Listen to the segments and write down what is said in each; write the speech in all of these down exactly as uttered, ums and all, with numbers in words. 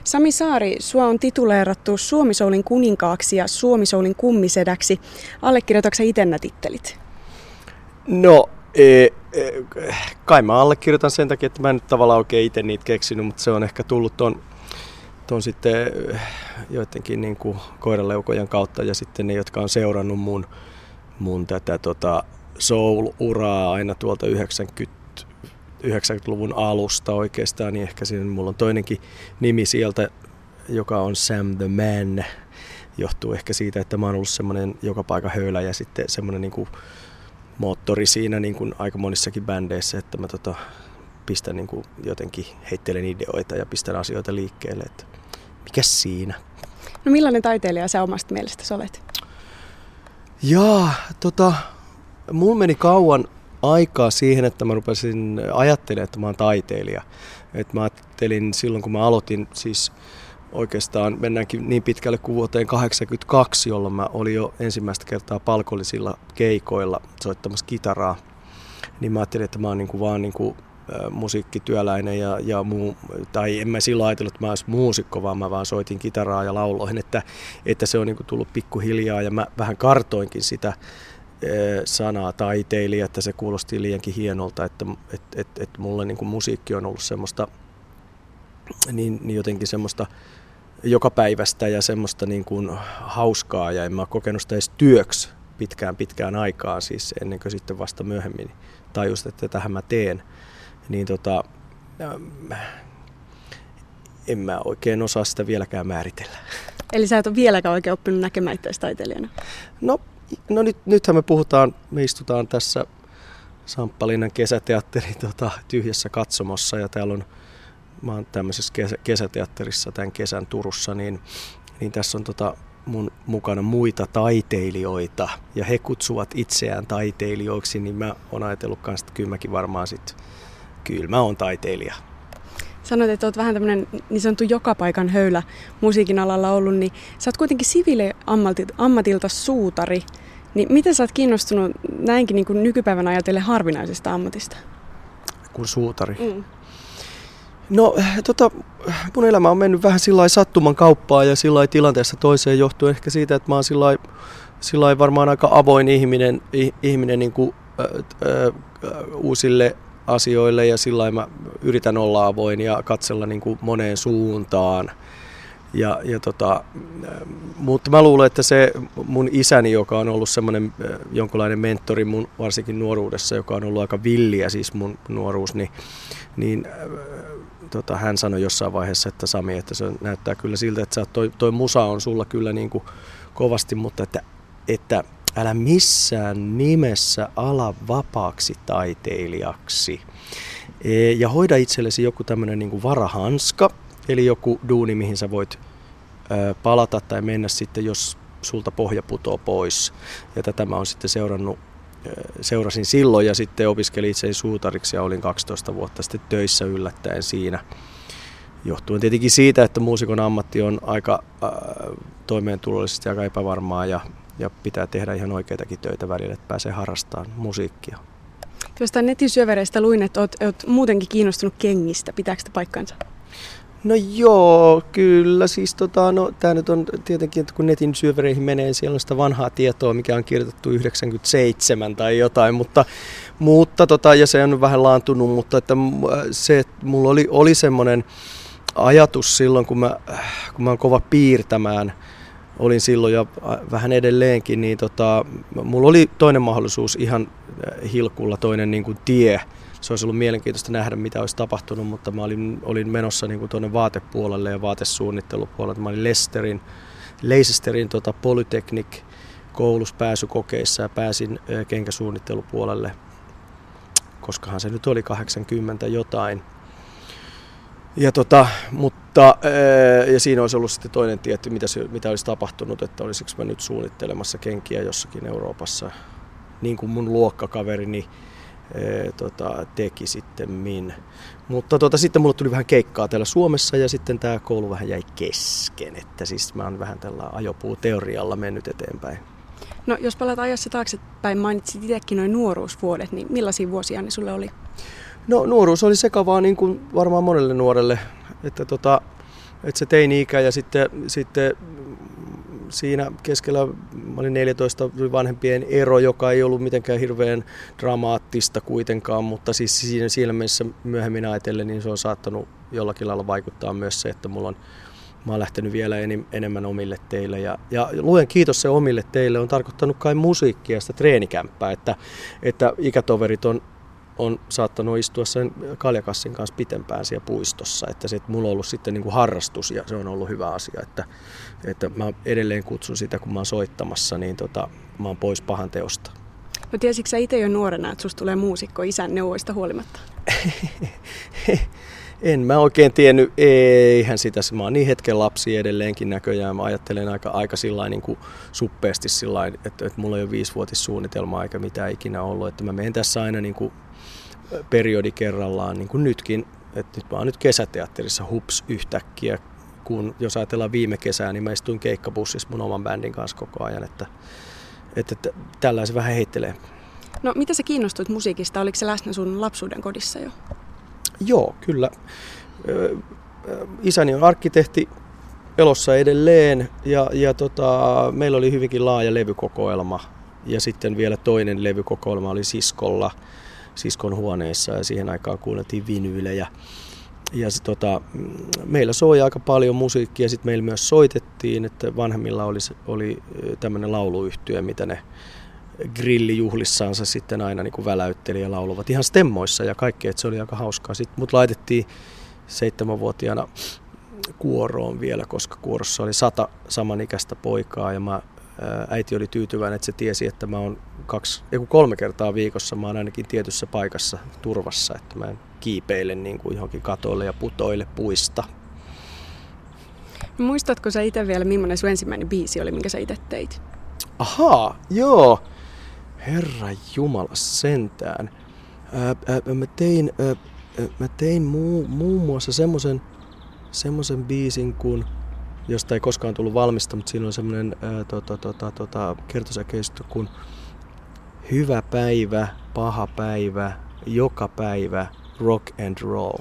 Sami Saari, sua on tituleerattu Suomi-soulin kuninkaaksi ja Suomi-soulin kummisedäksi. Allekirjoitatko itse nämä tittelit? No, e, e, kai mä allekirjoitan sen takia, että mä en nyt tavallaan oikein itse niitä keksinyt, mutta se on ehkä tullut ton, ton sitten joidenkin niin kuin koiranleukojen kautta ja sitten ne, jotka on seurannut mun, mun tätä tota soul-uraa aina tuolta yhdeksänkymmentäluvun alusta oikeastaan, niin ehkä siinä mulla on toinenkin nimi sieltä, joka on Sam the Man. Johtuu ehkä siitä, että mä oon ollut semmoinen joka paikan höylä ja sitten semmoinen niin kuin moottori siinä niin kuin aika monissakin bändeissä, että mä tota, pistän niin kuin jotenkin heittelen ideoita ja pistän asioita liikkeelle, että mikäs siinä? No millainen taiteilija sä omasta mielestäsi olet? Jaa, tota, mulla meni kauan aikaa siihen, että mä rupesin ajattelemaan, että mä oon taiteilija. Et mä ajattelin silloin, kun mä aloitin, siis oikeastaan mennäänkin niin pitkälle kuin vuoteen kahdeksankymmentäkaksi, jolloin mä olin jo ensimmäistä kertaa palkollisilla keikoilla soittamassa kitaraa. Niin mä ajattelin, että mä oon niinku vaan niinku, ä, musiikkityöläinen ja, ja muu, tai en mä silloin ajatellut, että mä olisin muusikko, vaan mä vaan soitin kitaraa ja lauloin, että, että se on niinku tullut pikkuhiljaa ja mä vähän kartoinkin sitä sanaa taiteilija, että se kuulosti liiankin hienolta, että et, et, et mulle niin kuin musiikki on ollut semmoista niin, niin jotenkin semmoista jokapäiväistä ja semmoista niin kuin hauskaa ja en mä ole kokenut sitä edes työksi pitkään pitkään aikaa, siis ennen kuin sitten vasta myöhemmin tajusin, että tähän mä teen, niin tota, en mä oikein osaa sitä vieläkään määritellä. Eli sä et ole vieläkään oikein oppinut näkemään itseäsi taiteilijana? No, no nyt, nythän me puhutaan, me istutaan tässä Samppalinnan kesäteatterin tota, tyhjässä katsomossa ja täällä on, mä oon tämmöisessä kesä, kesäteatterissa tämän kesän Turussa, niin, niin tässä on tota mun mukana muita taiteilijoita ja he kutsuvat itseään taiteilijoiksi, niin mä oon ajatellut kanssa, että kyllä mäkin varmaan sit, kyllä mä oon taiteilija. Sanoit, että olet vähän tämmöinen niin sanottu joka paikan höylä musiikin alalla ollut, niin sä oot kuitenkin siviili-ammatilta suutari. Niin miten sä oot kiinnostunut näinkin niin kuin nykypäivän ajatellen harvinaisesta ammatista? Kuin suutari? Mm. No tota, mun elämä on mennyt vähän sillai sattuman kauppaan ja sillai tilanteesta toiseen johtuen ehkä siitä, että mä oon sillai, sillai varmaan aika avoin ihminen, ihminen niin kuin, ä, ä, uusille asioille ja sillai mä yritän olla avoin ja katsella niin kuin moneen suuntaan. Ja, ja tota, mutta mä luulen, että se mun isäni, joka on ollut semmoinen jonkunlainen mentori mun varsinkin nuoruudessa, joka on ollut aika villiä siis mun nuoruus, niin, niin tota, hän sanoi jossain vaiheessa, että Sami, että se näyttää kyllä siltä, että sä, toi, toi musa on sulla kyllä niin kuin kovasti, mutta että, että älä missään nimessä ala vapaaksi taiteilijaksi. Ja hoida itsellesi joku tämmöinen niin kuin varahanska, eli joku duuni, mihin sä voit palata tai mennä sitten, jos sulta pohja putoo pois. Ja tätä mä oon sitten seurannut, seurasin silloin ja sitten opiskelin itseäni suutariksi ja olin kaksitoista vuotta sitten töissä yllättäen siinä. Johtuen tietenkin siitä, että muusikon ammatti on aika äh, toimeentulollisesti aika epävarmaa ja, ja pitää tehdä ihan oikeitakin töitä välillä, että pääsee harrastamaan musiikkia. Jostain netin syövereistä luin, että oot, oot muutenkin kiinnostunut kengistä. Pitääkö sitä paikkansa? No joo, kyllä. Siis tota, no, tää nyt on tietenkin, että kun netin syövereihin menee, siellä on sitä vanhaa tietoa, mikä on kirjoitettu yhdeksänkymmentäseitsemän tai jotain, mutta, mutta tota, ja se on vähän laantunut, mutta että se, että mulla oli, oli semmoinen ajatus silloin, kun mä, kun mä oon kova piirtämään, olin silloin ja vähän edelleenkin, niin tota, mulla oli toinen mahdollisuus ihan hilkulla, toinen niin kuin tie. Se olisi ollut mielenkiintoista nähdä, mitä olisi tapahtunut, mutta mä olin, olin menossa niin kuin tuonne vaatepuolelle ja vaatesuunnittelupuolelle. Mä olin Leicesterin, Leicesterin tota, Polytechnic-koulussa pääsykokeissa ja pääsin kenkäsuunnittelupuolelle, koskahan se nyt oli kahdeksankymmentä jotain. Ja, tota, mutta, ja siinä olisi ollut sitten toinen tie, että mitä, mitä olisi tapahtunut, että olisiko mä nyt suunnittelemassa kenkiä jossakin Euroopassa, niin kuin mun luokkakaverini E, tota, teki sitten min. Mutta tota, sitten mulle tuli vähän keikkaa täällä Suomessa ja sitten tämä koulu vähän jäi kesken, että siis mä oon vähän tällä ajopuuteorialla mennyt eteenpäin. No jos palaat ajassa taaksepäin, mainitsit itsekin noin nuoruusvuodet, niin millaisia vuosia ne sulle oli? No nuoruus oli sekavaa niin kuin varmaan monelle nuorelle, että tota, että se teini-ikä ja sitten, sitten siinä keskellä, mä olin neljätoista, vanhempien ero, joka ei ollut mitenkään hirveän dramaattista kuitenkaan, mutta siis siinä, siinä mielessä myöhemmin ajatellen, niin se on saattanut jollakin lailla vaikuttaa myös se, että mulla on, mä oon lähtenyt vielä enim, enemmän omille teille. Ja, ja luen kiitos se omille teille on tarkoittanut kai musiikkia ja sitä treenikämppää, että, että ikätoverit on on saattanut istua sen kaljakassin kanssa pitempään siellä puistossa, että se, että mulla on ollut sitten niin kuin harrastus ja se on ollut hyvä asia, että, että mä edelleen kutsun sitä, kun mä oon soittamassa, niin tota, mä oon pois pahan teosta. No tiesitkö sä itse jo nuorena, että susta tulee muusikko isän neuvoista huolimatta? En mä oikein tiennyt, eihän sitä, mä oon niin hetken lapsi edelleenkin näköjään, mä ajattelen aika, aika sillain niin kuin suppeasti sillain, että, että mulla ei ole viisivuotissuunnitelmaa eikä mitään ikinä ollut, että mä menen tässä aina niin kuin periodi kerrallaan, niin kuin nytkin, että nyt mä oon nyt kesäteatterissa hups yhtäkkiä, kun jos ajatellaan viime kesää, niin mä istuin keikkabussissa mun oman bändin kanssa koko ajan, että, että, että tällainen se vähän heittelee. No mitä sä kiinnostuit musiikista? Oliko se läsnä sun lapsuuden kodissa jo? Joo, kyllä. Isäni on arkkitehti elossa edelleen ja, ja tota, meillä oli hyvinkin laaja levykokoelma ja sitten vielä toinen levykokoelma oli siskolla. Siskon huoneessa ja siihen aikaan kuunneltiin vinyylejä. Ja sit, tota, meillä soi aika paljon musiikkia ja sitten meillä myös soitettiin, että vanhemmilla oli, oli tämmöinen lauluyhtye, mitä ne grillijuhlissaansa sitten aina niin kuin väläytteli ja lauluvat ihan stemmoissa ja kaikkea, että se oli aika hauskaa. Sitten mut laitettiin seitsemänvuotiaana kuoroon vielä, koska kuorossa oli sata samanikäistä poikaa ja mä äiti oli tyytyväinen, että se tiesi, että mä oon kaksi, kolme kertaa viikossa, mä oon ainakin tietyssä paikassa turvassa, että mä en kiipeile niin kuin johonkin katoille ja putoille puista. No, muistatko sä itse vielä, millainen sun ensimmäinen biisi oli, minkä sä itse teit? Ahaa, joo. Herra Jumala sentään. Ää, ää, mä tein, ää, mä tein muu, muun muassa semmoisen semmoisen biisin kuin josta ei koskaan tullut valmista, mutta siinä on semmoinen tota, tota, tota, kertosäkeistö kuin hyvä päivä, paha päivä, joka päivä, rock and roll.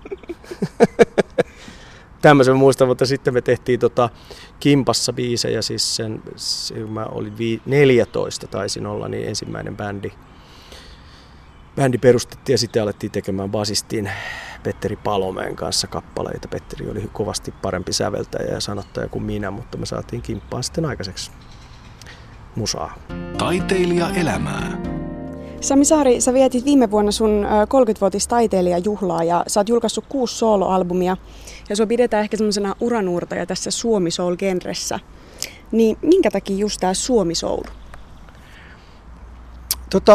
Tämmöisen muistan, mutta sitten me tehtiin tota Kimpassa biisejä, siis sen, se, mä olin vi- neljätoista taisin olla, niin ensimmäinen bändi. Bändi perustettiin ja sitten alettiin tekemään basistin Petteri Palomeen kanssa kappaleita. Petteri oli kovasti parempi säveltäjä ja sanottaja kuin minä, mutta me saatiin Kimppaan sitten aikaiseksi musaa. Taiteilija elämää. Sami Saari, sä vietit viime vuonna sun kolmekymmenvuotis taiteilijajuhlaa ja sä oot julkaissut kuusi soloalbumia ja sua pidetään ehkä semmosena uranuurtaja tässä Suomi Soul-genressä. Niin minkä takia just tää Suomi Soul? Tota...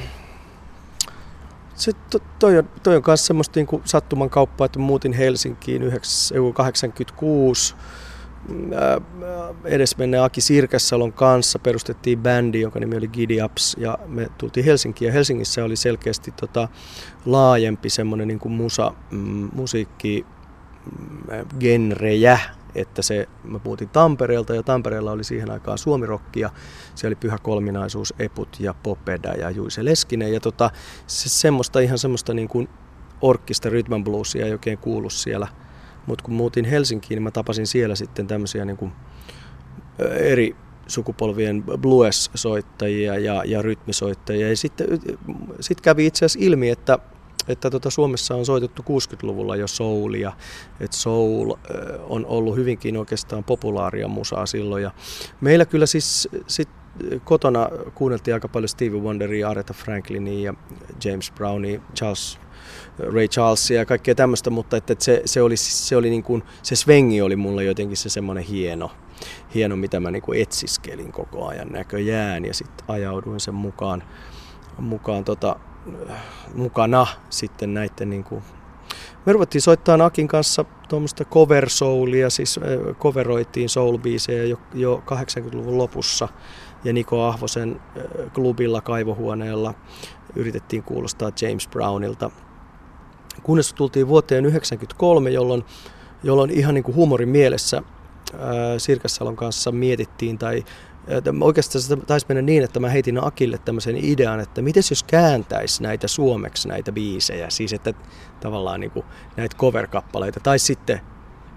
Se, to, toi, on, toi on myös semmoista niin kuin sattuman kauppaa, että muutin Helsinkiin kahdeksankymmentäkuusi. Ää, edesmenneen Aki Sirkässalon kanssa perustettiin bändi, jonka nimi oli Giddy Ups, ja me tultiin Helsinkiin. Ja Helsingissä oli selkeästi tota, laajempi semmoinen niin kuin musa, mm, musiikki, mm, genrejä, että se, mä muutin Tampereelta ja Tampereella oli siihen aikaan suomirokkia. Siellä oli Pyhä Kolminaisuus, Eput ja Popeda ja Juise Leskinen. Ja tota, se, semmoista ihan semmoista niin kuin orkkista rhythm and bluesia ei oikein kuulu siellä. Mutta kun muutin Helsinkiin, niin mä tapasin siellä sitten tämmöisiä niin kuin eri sukupolvien blues-soittajia ja, ja rytmisoittajia. Ja sitten sit kävi itse asiassa ilmi, että että tota Suomessa on soitettu kuusikymmentäluvulla jo soulia, että soul on ollut hyvinkin oikeastaan populaaria musaa silloin. Ja meillä kyllä siis sit kotona kuunneltiin aika paljon Stevie Wonderia, Aretha Franklinia ja James Brownia, Charles, Ray Charlesia ja kaikkea tämmöistä, mutta että se, se, oli, se, oli niin kuin, se svengi oli mulle jotenkin se semmoinen hieno, hieno mitä mä niin kuin etsiskelin koko ajan näköjään ja sitten ajauduin sen mukaan, mukaan tota, mukana sitten näiden niin kuin. Me ruvettiin soittaa Akin kanssa tuommoista cover soulia, siis coveroitiin soul-biisejä jo, jo kahdeksankymmentäluvun lopussa ja Niko Ahvosen klubilla Kaivohuoneella yritettiin kuulostaa James Brownilta. Kunnes tultiin vuoteen yhdeksänkymmentäkolme, jolloin, jolloin ihan niin kuin huumorin mielessä ää, Sirkässalon kanssa mietittiin tai oikeastaan se taisi mennä niin, että mä heitin Akille tämmöisen idean, että mites jos kääntäisi näitä suomeksi näitä biisejä, siis että tavallaan niin kuin näitä cover-kappaleita, tai sitten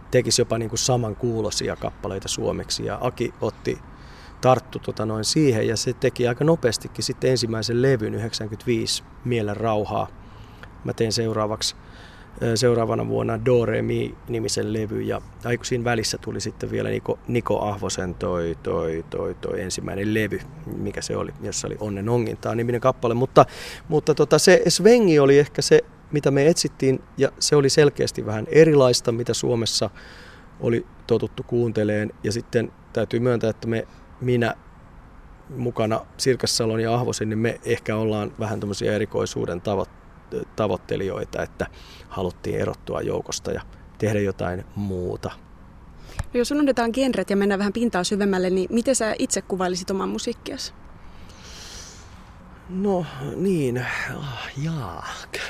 tekisi jopa niin kuin samankuuloisia kappaleita suomeksi. Ja Aki otti, tarttu tota noin siihen ja se teki aika nopeastikin sitten ensimmäisen levyn yhdeksänkymmentäviisi Mielen rauhaa. Mä tein seuraavaksi, seuraavana vuonna Do Re Mi-nimisen levy ja aiku siinä välissä tuli sitten vielä Niko, Niko Ahvosen toi, toi, toi, toi ensimmäinen levy, mikä se oli, jossa oli Onnen ongintaa niminen kappale. Mutta, mutta tota, se svengi oli ehkä se, mitä me etsittiin ja se oli selkeästi vähän erilaista, mitä Suomessa oli totuttu kuunteleen ja sitten täytyy myöntää, että me minä mukana Sirkas Salon ja Ahvosen, niin me ehkä ollaan vähän tämmöisiä erikoisuuden tavo- tavoittelijoita, että haluttiin erottua joukosta ja tehdä jotain muuta. No jos unohdetaan genret ja mennään vähän pintaa syvemmälle, niin miten sä itse kuvailisit oman musiikkiasi? No niin, oh, jaa.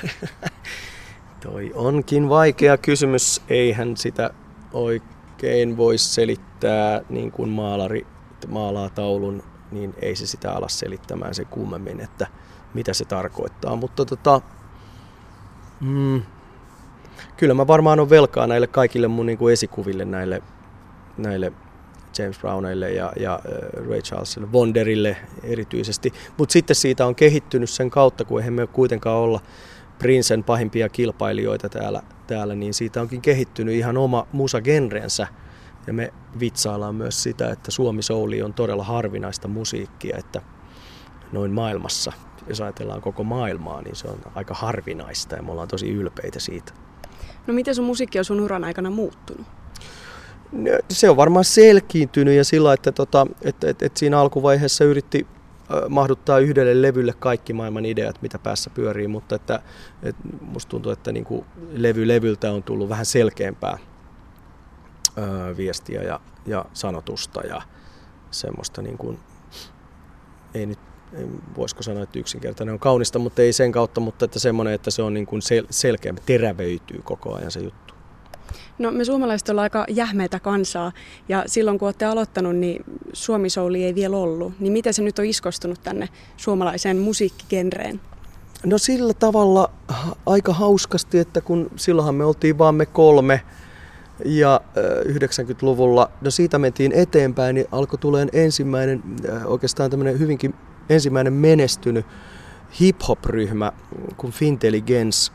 Toi onkin vaikea kysymys. Eihän sitä oikein voi selittää niin kuin maalari maalaa taulun, niin ei se sitä ala selittämään se kummemmin, että mitä se tarkoittaa. Mutta tota, mm, kyllä mä varmaan on velkaa näille kaikille mun niin kuin esikuville, näille, näille James Browneille ja, ja Ray Charlesille, Wonderille erityisesti. Mutta sitten siitä on kehittynyt sen kautta, kun eihän me kuitenkaan olla Princen pahimpia kilpailijoita täällä, täällä, niin siitä onkin kehittynyt ihan oma musagenrensä. Ja me vitsaillaan myös sitä, että Suomi Souli on todella harvinaista musiikkia, että noin maailmassa, jos ajatellaan koko maailmaa, niin se on aika harvinaista ja me ollaan tosi ylpeitä siitä. No miten sun musiikki on sun uran aikana muuttunut? Se on varmaan selkiintynyt ja sillä, että, tota, että, että, että siinä alkuvaiheessa yritti mahduttaa yhdelle levylle kaikki maailman ideat, mitä päässä pyörii, mutta että, että musta tuntuu, että niin kuin levy levyltä on tullut vähän selkeämpää öö, viestiä ja, ja sanotusta ja semmoista niin kuin, ei nyt, ei, voisiko sanoa, että yksinkertainen on kaunista, mutta ei sen kautta, mutta että semmoinen, että se on niin kuin sel, selkeämpi, terävöityy koko ajan se juttu. No me suomalaiset ollaan aika jähmeitä kansaa ja silloin kun olette aloittanut, niin Suomi Souli ei vielä ollut. Niin miten se nyt on iskostunut tänne suomalaiseen musiikkigenreen? No sillä tavalla aika hauskasti, että kun silloinhan me oltiin vaan me kolme ja yhdeksänkymmentäluvulla, no siitä mentiin eteenpäin, niin alkoi tulemaan ensimmäinen, oikeastaan tämmöinen hyvinkin ensimmäinen menestynyt hip-hop-ryhmä kuin Fintelligence.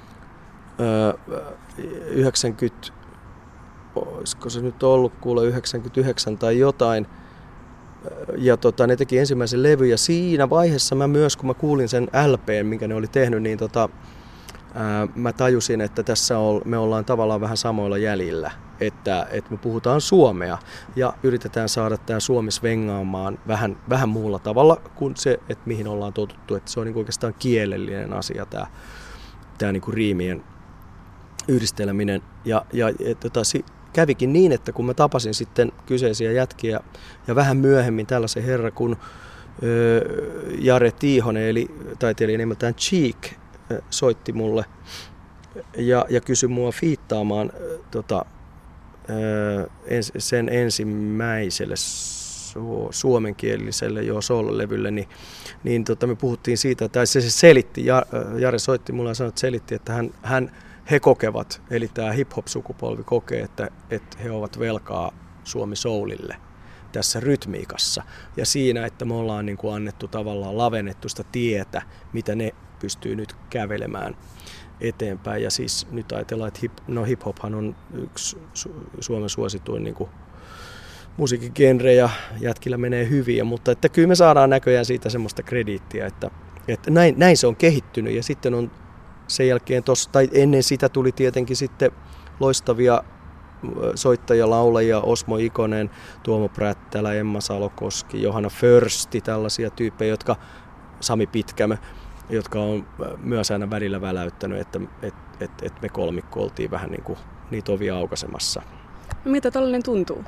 yhdeksänkymmentä, olisiko se nyt ollut kuule yhdeksänkymmentäyhdeksän tai jotain. Ja tota, ne teki ensimmäisen levyn ja siinä vaiheessa mä myös, kun mä kuulin sen L P:n, minkä ne oli tehnyt, niin tota, ää, mä tajusin, että tässä on, me ollaan tavallaan vähän samoilla jäljillä. Että, että me puhutaan suomea ja yritetään saada tämä Suomi svengaamaan vähän, vähän muulla tavalla kuin se, että mihin ollaan totuttu. Että se on niin oikeastaan kielellinen asia tämä, tämä niin kuin riimien yhdisteleminen ja, ja et, tota, kävikin niin, että kun mä tapasin sitten kyseisiä jätkiä ja vähän myöhemmin tällaisen herran kuin ö, Jare Tiihonen, eli taiteilija nimeltään Cheek, ö, soitti mulle ja, ja kysyi mua fiittaamaan ö, tota, ö, ens, sen ensimmäiselle su, suomenkieliselle jo soul-levylle, niin, niin tota, me puhuttiin siitä, tai se, se selitti, Jare soitti mulle ja sanoi, että selitti, että hän, hän he kokevat, eli tämä hip-hop-sukupolvi kokee, että, että he ovat velkaa Suomi Soulille tässä rytmiikassa. Ja siinä, että me ollaan niin kuin annettu tavallaan lavennettu sitä tietä, mitä ne pystyy nyt kävelemään eteenpäin. Ja siis nyt ajatellaan, että hip, no hip-hophan on yksi Suomen suosituin niin kuin musiikkigenre ja jätkillä menee hyvin. Mutta että kyllä me saadaan näköjään siitä semmoista krediittiä, että, että näin, näin se on kehittynyt ja sitten on sen jälkeen tossa, tai ennen sitä tuli tietenkin sitten loistavia soittajia, laulajia, Osmo Ikonen, Tuomo Prättälä, Emma Salokoski, Johanna Försti, tällaisia tyyppejä, jotka, Sami Pitkämö, jotka on myös aina välillä väläyttänyt, että et, et, et me kolmikko oltiin vähän niin kuin niitä ovia aukaisemassa. No mitä tällainen tuntuu?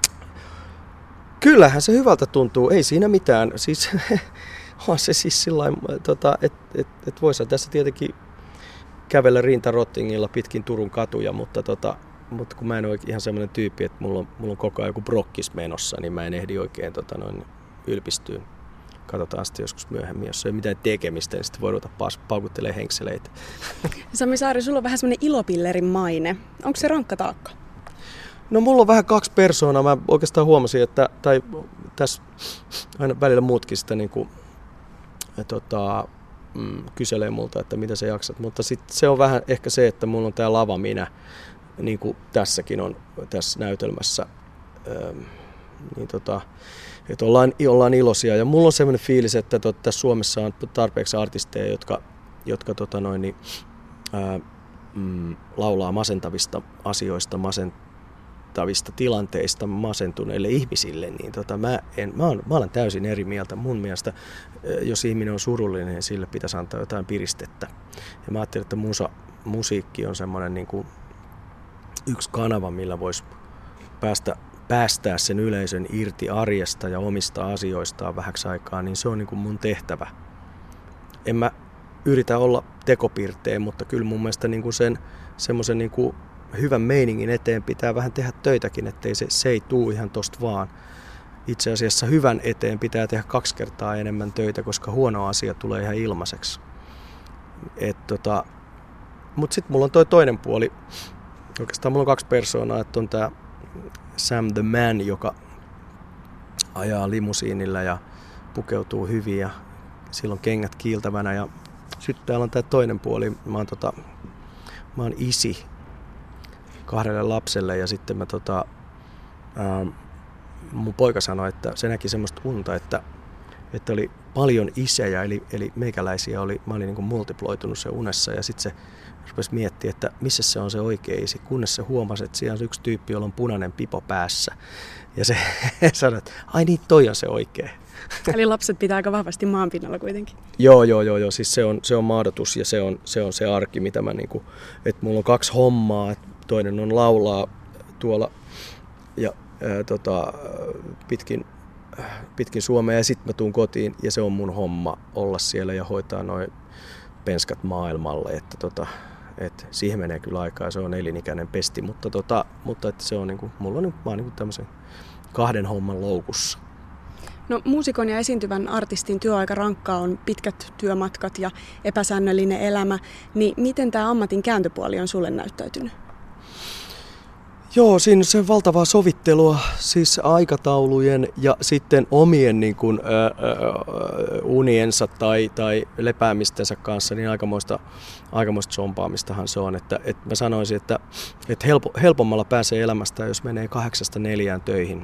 Kyllähän se hyvältä tuntuu, ei siinä mitään. Siis on se siis sillain, tota, että et, et voisi tässä tietenkin kävellä rintarottingilla pitkin Turun katuja, mutta, tota, mutta kun mä en ole ihan semmoinen tyyppi, että mulla on, mulla on koko ajan joku brokkis menossa, niin mä en ehdi oikein tota, noin ylpistyyn. Katsotaan sitten joskus myöhemmin, jos ei ole mitään tekemistä, niin sitten voi ruveta paukuttelemaan henkseleitä. Sami Saari, sulla on vähän semmoinen ilopillerin maine. Onko se rankka taakka? No mulla on vähän kaksi persoonaa. Mä oikeastaan huomasin, että tai tässä aina välillä muutkin sitä niin kuin, ja, tota, mm, kyselee multa, että mitä sä jaksat. Mutta sit se on vähän ehkä se, että mulla on tää lava minä, niin kuin tässäkin on tässä näytelmässä. Ähm, niin tota, että ollaan, ollaan iloisia. Ja mulla on sellainen fiilis, että tota, tässä Suomessa on tarpeeksi artisteja, jotka, jotka tota noin, niin, ää, mm, laulaa masentavista asioista, masentavista tilanteista masentuneille ihmisille. Niin tota, mä, en, mä, on, mä olen täysin eri mieltä. Mun mielestä, jos ihminen on surullinen, niin sille pitäisi antaa jotain piristettä. Ja mä ajattelin, että musa, musiikki on semmoinen niin kuin yksi kanava, millä voisi päästä päästää sen yleisön irti arjesta ja omista asioistaan vähäksi aikaa, niin se on niin kuin mun tehtävä. En mä yritä olla tekopirteä, mutta kyllä mun mielestä niin kuin sen semmoisen niin kuin hyvän meiningin eteen pitää vähän tehdä töitäkin, ettei se, se ei tuu ihan tosta vaan. Itse asiassa hyvän eteen pitää tehdä kaksi kertaa enemmän töitä, koska huono asia tulee ihan ilmaiseksi. Tota, mutta sitten mulla on toi toinen puoli. Oikeastaan mulla on kaksi persoonaa, että on tää Sam the Man, joka ajaa limusiinilla ja pukeutuu hyvin ja silloin kengät kiiltävänä. Ja sitten täällä on tämä toinen puoli. Mä oon, tota, mä oon isi kahdelle lapselle ja sitten mä, tota, ää, mun poika sanoi, että se näki semmoista unta, että, että oli paljon isejä, eli, eli meikäläisiä oli, mä olin niin kuin multiploitunut se unessa ja sitten se rupesi miettimään, että missä se on se oikea isi, kunnes se huomasi, että siellä on yksi tyyppi, jolla on punainen pipo päässä. Ja se sanoi, että ai niin, toi on se oikea. Eli lapset pitää aika vahvasti maanpinnalla kuitenkin. Joo, joo, joo, joo. Siis se on, se on maadotus ja se on, se on se arki, mitä mä niinku, että mulla on kaksi hommaa, että toinen on laulaa tuolla ja ää, tota, pitkin, pitkin Suomea ja sitten mä tuun kotiin ja se on mun homma olla siellä ja hoitaa noin penskat maailmalle, että tota, et siihen menee kyllä aikaa ja se on elinikäinen pesti, mutta, tota, mutta että se on niinku, mulla on, mä oon niinku tämmöisen kahden homman loukussa. No muusikon ja esiintyvän artistin työaika rankkaa on pitkät työmatkat ja epäsäännöllinen elämä, niin miten tämä ammatin kääntöpuoli on sulle näyttäytynyt? Joo, siinä on se valtavaa sovittelua, siis aikataulujen ja sitten omien niin kuin, ää, ää, uniensa tai, tai lepäämistensä kanssa, niin aikamoista, aikamoista zompaamistahan se on. Että, että mä sanoisin, että, että helpo, helpommalla pääsee elämästä, jos menee kahdeksasta neljään töihin.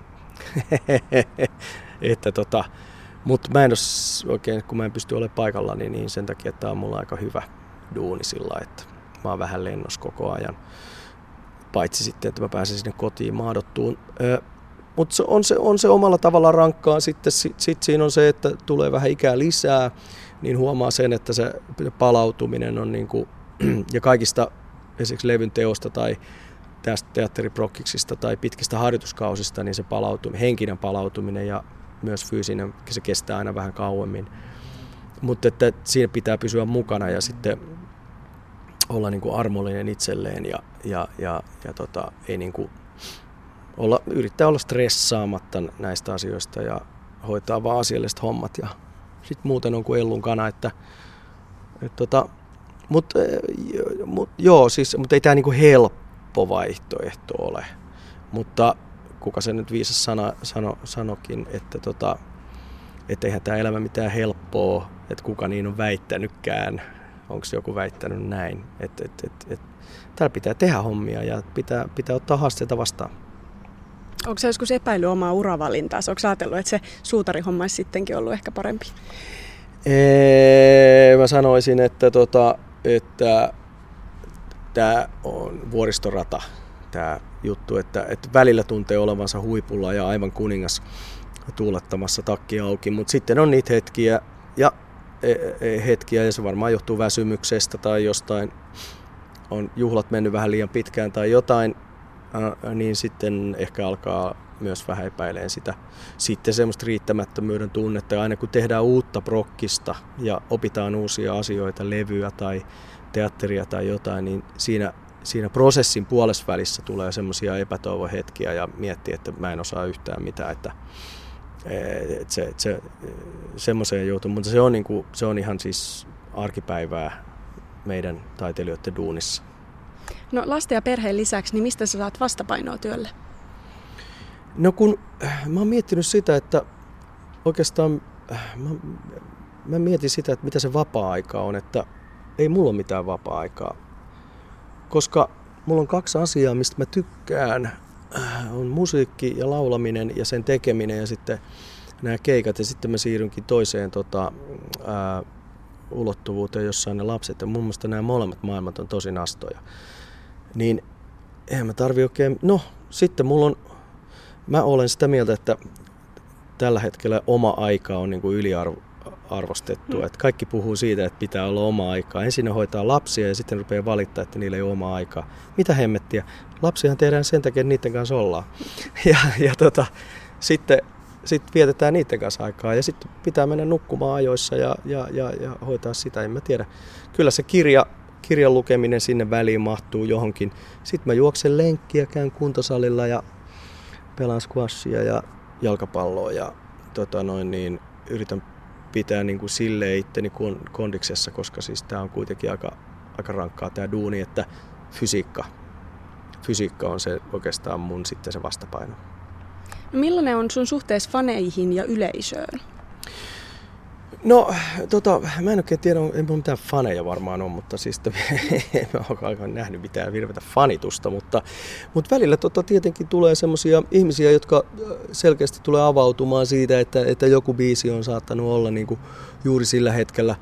että tota, mutta mä en ole oikein, kun mä en pysty olemaan paikalla, niin, niin sen takia, että tää on mulla aika hyvä duuni sillä, että mä oon vähän lennossa koko ajan. Paitsi sitten, että mä pääsen sinne kotiin maadottuun. Mutta se on, se on se omalla tavalla rankkaa. Sitten sit, sit siinä on se, että tulee vähän ikää lisää, niin huomaa sen, että se palautuminen on niinku, ja kaikista esimerkiksi levyn teosta tai tästä teatteriprokkiksista tai pitkistä harjoituskausista, niin se palautuminen, henkinen palautuminen ja myös fyysinen, se kestää aina vähän kauemmin. Mutta että siinä pitää pysyä mukana ja sitten olla niin kuin armollinen itselleen ja, ja, ja, ja tota, ei niin kuin olla, yrittää olla stressaamatta näistä asioista ja hoitaa vaan asialliset hommat ja sitten muuten on kuin ellun kana, että et tota, mutta mut, joo, siis, mut ei tämä niin kuin helppo vaihtoehto ole, mutta kuka se nyt viisas sana, sano, sanokin, että tota, et eihän tämä elämä mitään helppoa, että kuka niin on väittänytkään. Onko joku väittänyt näin, että et, et, et, täällä pitää tehdä hommia ja pitää, pitää ottaa haasteita vastaan. Onko sä joskus epäillyt omaa uravalintaa? Onko sä ajatellut, että se suutarihomma olisi sittenkin ollut ehkä parempi? Eee, mä sanoisin, että, tota, että tämä on vuoristorata, tämä juttu, että, että välillä tuntee olevansa huipulla ja aivan kuningas tuulettamassa takki auki, mutta sitten on niitä hetkiä, ja hetkiä ja se varmaan johtuu väsymyksestä tai jostain, on juhlat mennyt vähän liian pitkään tai jotain, niin sitten ehkä alkaa myös vähän epäilemään sitä. Sitten semmoista riittämättömyyden tunnetta ja aina kun tehdään uutta prokkista ja opitaan uusia asioita, levyä tai teatteria tai jotain, niin siinä, siinä prosessin puolesvälissä tulee semmoisia epätoivohetkiä ja miettii, että mä en osaa yhtään mitään, että Et se, et se, semmoiseen joutuu, mutta se on, niinku, se on ihan siis arkipäivää meidän taiteilijoiden duunissa. No lasten ja perheen lisäksi, niin mistä sä saat vastapainoa työlle? No kun mä oon miettinyt sitä, että oikeastaan mä, mä mietin sitä, että mitä se vapaa-aika on, että ei mulla ole mitään vapaa-aikaa. Koska mulla on kaksi asiaa, mistä mä tykkään. On musiikki ja laulaminen ja sen tekeminen ja sitten nämä keikat. Ja sitten mä siirrynkin toiseen tota, ää, ulottuvuuteen, jossa on ne lapset. Ja mun mielestä nämä molemmat maailmat on tosi nastoja. Niin eihän mä tarvi oikein... No, sitten mulla on... Mä olen sitä mieltä, että tällä hetkellä oma aika on niin kuin yliarvostettu. Mm. Että kaikki puhuu siitä, että pitää olla oma aikaa. Ensin ne hoitaa lapsia ja sitten rupeaa valittaa, että niillä ei ole omaa aikaa. Mitä hemmettiä? Lapsiahan tehdään sen takia, että niiden kanssa ollaan. Ja, ja tota, sitten sit vietetään niiden kanssa aikaa ja sitten pitää mennä nukkumaan ajoissa ja, ja, ja, ja hoitaa sitä. En mä tiedä. Kyllä se kirja, kirjan lukeminen sinne väliin mahtuu johonkin. Sitten mä juoksen lenkkiä, käyn kuntosalilla ja pelaan squashia ja jalkapalloa ja tota noin, niin yritän pitää niin kuin silleen itteni kondiksessa, koska siis tää on kuitenkin aika, aika rankkaa tää duuni, että fysiikka, fysiikka on se oikeastaan mun sitten se vastapaino. No millainen on sun suhteessa faneihin ja yleisöön? No, tota, mä en oikein tiedä, ei mulla mitään faneja varmaan ole, mutta siis en ole nähnyt mitään virvetä fanitusta, mutta, mutta välillä tota, tietenkin tulee semmoisia ihmisiä, jotka selkeästi tulee avautumaan siitä, että, että joku biisi on saattanut olla niin kuin juuri sillä hetkellä,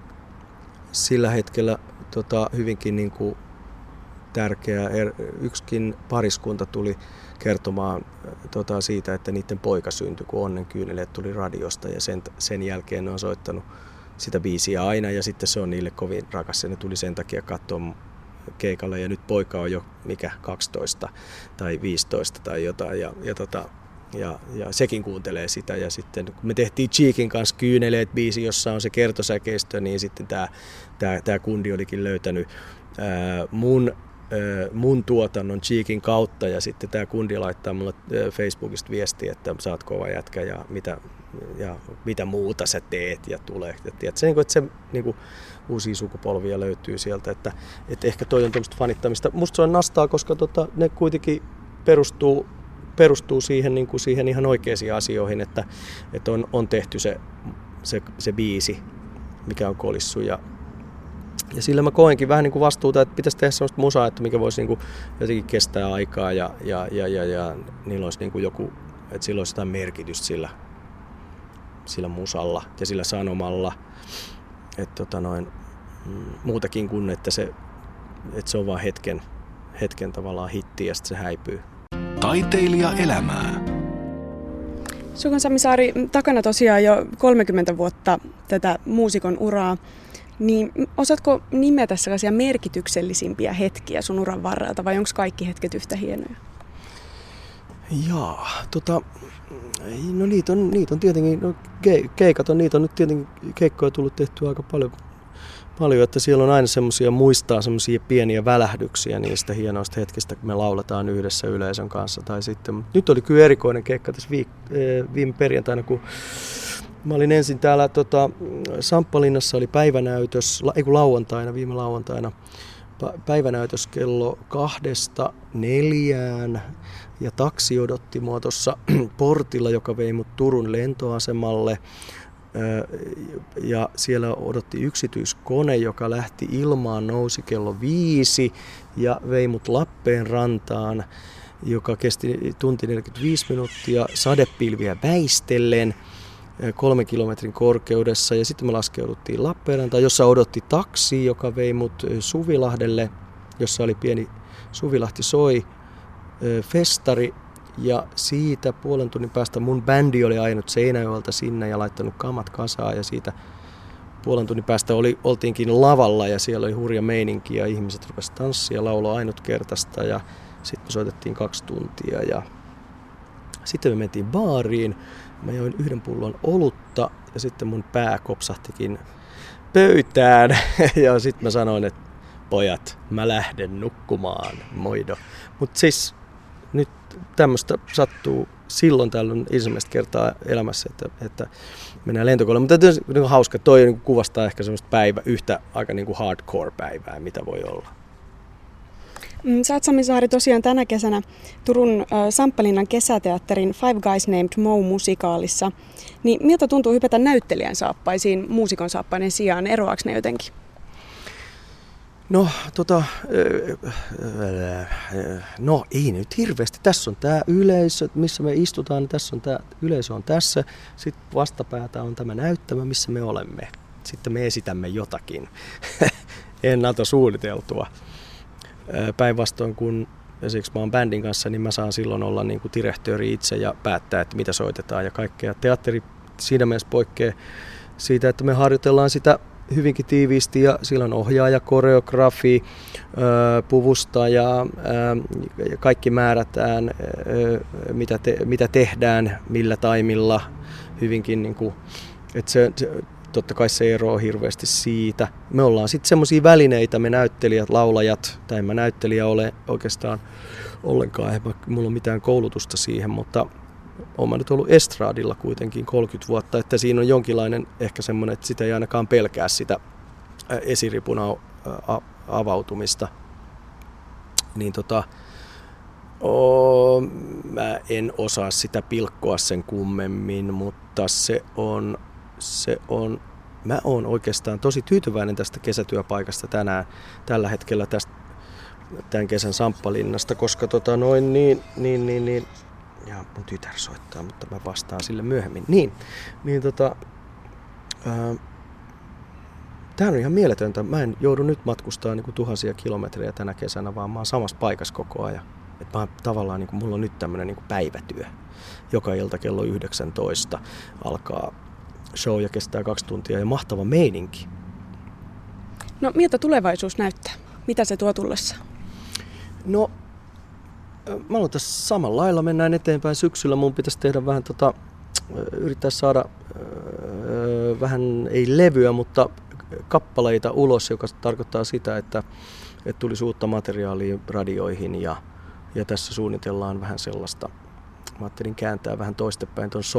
sillä hetkellä tota, hyvinkin niin kuin tärkeä. Yksikin pariskunta tuli kertomaan tota, siitä, että niiden poika syntyi, kun Onnenkyyneleet tuli radiosta ja sen, sen jälkeen ne on soittanut sitä biisiä aina ja sitten se on niille kovin rakas ja ne tuli sen takia katsoa keikalle ja nyt poika on jo mikä kaksitoista tai viisitoista tai jotain ja, ja, tota, ja, ja sekin kuuntelee sitä ja sitten kun me tehtiin Cheekin kanssa Kyyneleet biisi, jossa on se kertosäkeistö, niin sitten tämä, tämä, tämä kundi olikin löytänyt ää, mun mun tuotannon Cheekin kautta ja sitten tämä kundi laittaa mulle Facebookista viestiä, että sä oot kova jätkä ja mitä, ja mitä muuta sä teet ja tulee. Tiedätkö, että se niin kuin, uusia sukupolvia löytyy sieltä, että, että ehkä toi on tuommoista fanittamista. Musta se on nastaa, koska tota, ne kuitenkin perustuu, perustuu siihen, niin kuin siihen ihan oikeisiin asioihin, että, että on, on tehty se, se, se biisi, mikä on kolissu ja Ja sillä mä koenkin vähän niin kuin vastuuta, että pitäisi tehdä sellaista musaa, että mikä voisi niin kuin jotenkin kestää aikaa ja, ja, ja, ja, ja niillä olisi niin kuin joku, että sillä olisi jotain merkitystä sillä, sillä musalla ja sillä sanomalla. Että tota noin, muutakin kuin, että se, että se on vaan hetken, hetken tavallaan hitti ja sitten se häipyy. Taiteilija elämää. Sukan Sami Saari, takana tosiaan jo kolmekymmentä vuotta tätä muusikon uraa. Niin osaatko nimetä sellaisia merkityksellisimpiä hetkiä sun uran varrelta vai onko kaikki hetket yhtä hienoja? Jaa, tota, no niitä on, niitä on tietenkin, no keikat on, niitä on nyt tietenkin keikkoja tullut tehtyä aika paljon, paljon että siellä on aina semmoisia, muistaa semmoisia pieniä välähdyksiä niistä hienoista hetkistä, kun me lauletaan yhdessä yleisön kanssa. Tai sitten, nyt oli kyllä erikoinen keikka tässä viik- viime perjantaina, kun mä olin ensin täällä tota, Samppalinnassa oli päivänäytös, ei kun lauantaina, viime lauantaina, päivänäytös kello kahdesta neljään ja taksi odotti mua tuossa portilla, joka vei mut Turun lentoasemalle ja siellä odotti yksityiskone, joka lähti ilmaan, nousi kello viisi ja vei mut Lappeen rantaan, joka kesti tunti neljäkymmentäviisi minuuttia sadepilviä väistellen kolmen kilometrin korkeudessa ja sitten me laskeuduttiin Lappeenrantaan, jossa odotti taksi, joka vei mut Suvilahdelle, jossa oli pieni Suvilahti soi festari ja siitä puolen tunnin päästä mun bändi oli ajanut Seinäjoelta sinne ja laittanut kamat kasaan ja siitä puolen tunnin päästä oli, oltiinkin lavalla ja siellä oli hurja meininki ja ihmiset rupesivat tanssia ja laulaa ainutkertaista ja sitten me soitettiin kaksi tuntia ja sitten me mentiin baariin. Mä join yhden pullon olutta ja sitten mun pää kopsahtikin pöytään ja sitten mä sanoin, että pojat, mä lähden nukkumaan, moido. Mutta siis nyt tämmöistä sattuu silloin tällöin ensimmäistä kertaa elämässä, että, että mennään lentokoneelle. Mutta tämä on niin hauska, toi niin kuvastaa ehkä semmoista päivä, yhtä aika niin kuin hardcore päivää, mitä voi olla. Sä oot, Sami Saari, tosiaan tänä kesänä Turun äh, Samppalinnan kesäteatterin Five Guys Named Moe-musikaalissa. Niin miltä tuntuu hypätä näyttelijän saappaisiin muusikon saappaiden sijaan? Eroaako ne jotenkin? No, tota, no ei nyt hirveästi. Tässä on tämä yleisö, missä me istutaan, niin tässä on tämä yleisö on tässä. Sitten vastapäätä on tämä näyttämä, missä me olemme. Sitten me esitämme jotakin ennalta suunniteltua. Päinvastoin kun esimerkiksi mä oon bändin kanssa, niin mä saan silloin olla niin kuin direktööri itse ja päättää, että mitä soitetaan ja kaikkea. Teatteri siinä mielessä poikkeaa siitä, että me harjoitellaan sitä hyvinkin tiiviisti ja sillä on ohjaaja, koreografi, puvustaja, kaikki määrätään, mitä, te, mitä tehdään, millä taimilla, hyvinkin niin kuin, että se, se, totta kai se eroaa hirveästi siitä. Me ollaan sitten semmoisia välineitä, me näyttelijät, laulajat, tai en mä näyttelijä ole oikeastaan ollenkaan, eikä mulla ole mitään koulutusta siihen, mutta olen mä nyt ollut estraadilla kuitenkin kolmekymmentä vuotta, että siinä on jonkinlainen ehkä semmoinen, että sitä ei ainakaan pelkää sitä esiripun avautumista. Niin tota, oo, mä en osaa sitä pilkkoa sen kummemmin, mutta se on, se on, mä oon oikeastaan tosi tyytyväinen tästä kesätyöpaikasta tänään, tällä hetkellä tästä, tämän kesän Samppalinnasta, koska tota noin niin, niin, niin, niin ja mun tytär soittaa, mutta mä vastaan sille myöhemmin. Niin, niin tota, ää, tää on ihan mieletöntä. Mä en joudu nyt matkustaa niinku tuhansia kilometrejä tänä kesänä, vaan mä oon samassa paikassa koko ajan. Et mä oon tavallaan, niinku, mulla on nyt tämmönen niinku päivätyö. Joka ilta kello yhdeksäntoista alkaa show ja kestää kaksi tuntia ja mahtava meininki. No miltä tulevaisuus näyttää? Mitä se tuo tullessa? No, mä aloitan tässä samalla lailla, mennään eteenpäin syksyllä. Mun pitäisi tehdä vähän tota, yrittää saada öö, vähän, ei levyä, mutta kappaleita ulos, joka tarkoittaa sitä, että, että tulisi uutta materiaalia radioihin ja, ja tässä suunnitellaan vähän sellaista. Mä ajattelin kääntää vähän toistepäin ton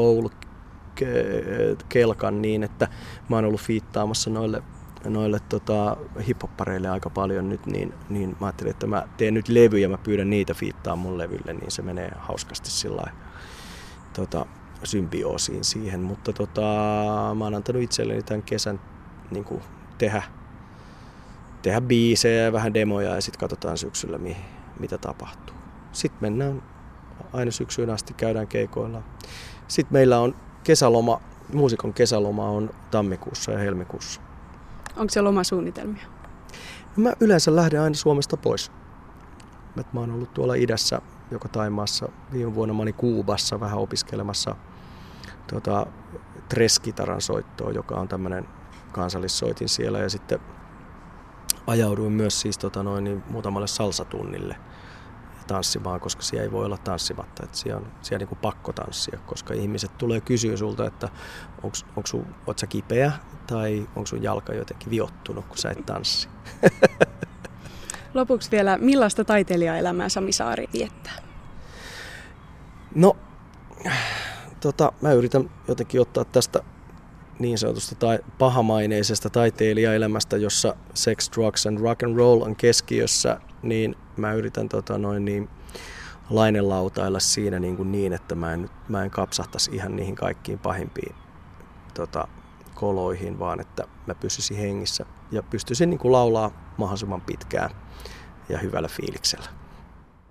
soul-kelkan niin, että mä oon ollut fiittaamassa noille noille tota, hiphoppareille aika paljon nyt, niin, niin mä ajattelin, että mä teen nyt levyjä ja mä pyydän niitä fiittaa mun levylle, niin se menee hauskasti sillai, tota, symbioosiin siihen, mutta tota, mä oon antanut itselleni tämän kesän niin kuin tehdä, tehdä biisejä ja vähän demoja ja sitten katsotaan syksyllä mi, mitä tapahtuu. Sitten mennään aina syksyyn asti, käydään keikoilla. Sitten meillä on kesäloma, muusikon kesäloma on tammikuussa ja helmikuussa. Onko se lomasuunnitelmia? No mä yleensä lähden aina Suomesta pois. Mä oon ollut tuolla idässä, joko Thaimaassa. Viime vuonna mä olin Kuubassa vähän opiskelemassa tuota, tres-kitaran soittoa, joka on tämmöinen kansallissoitin siellä. Ja sitten ajauduin myös siis tota noin, niin muutamalle salsatunnille tanssimaan, koska siellä ei voi olla tanssimatta. Että siellä on siellä niin kuin pakko tanssia, koska ihmiset tulee kysyä sulta, että onko sun, oot sä kipeä tai onko sun jalka jotenkin viottunut, kun sä et tanssi. Lopuksi vielä, millaista taiteilijaelämää Sami Saari viettää? No, tota, mä yritän jotenkin ottaa tästä niin sanotusta tai pahamaineisesta taiteilijaelämästä, jossa sex, drugs and rock and roll on keskiössä, niin mä yritän tota, noin niin, lainelautailla siinä niin, kuin niin että mä en, mä en kapsahtaisi ihan niihin kaikkiin pahimpiin tota, koloihin, vaan että mä pysyisin hengissä ja pystyisin niin kuin laulaa mahdollisimman pitkään ja hyvällä fiiliksellä.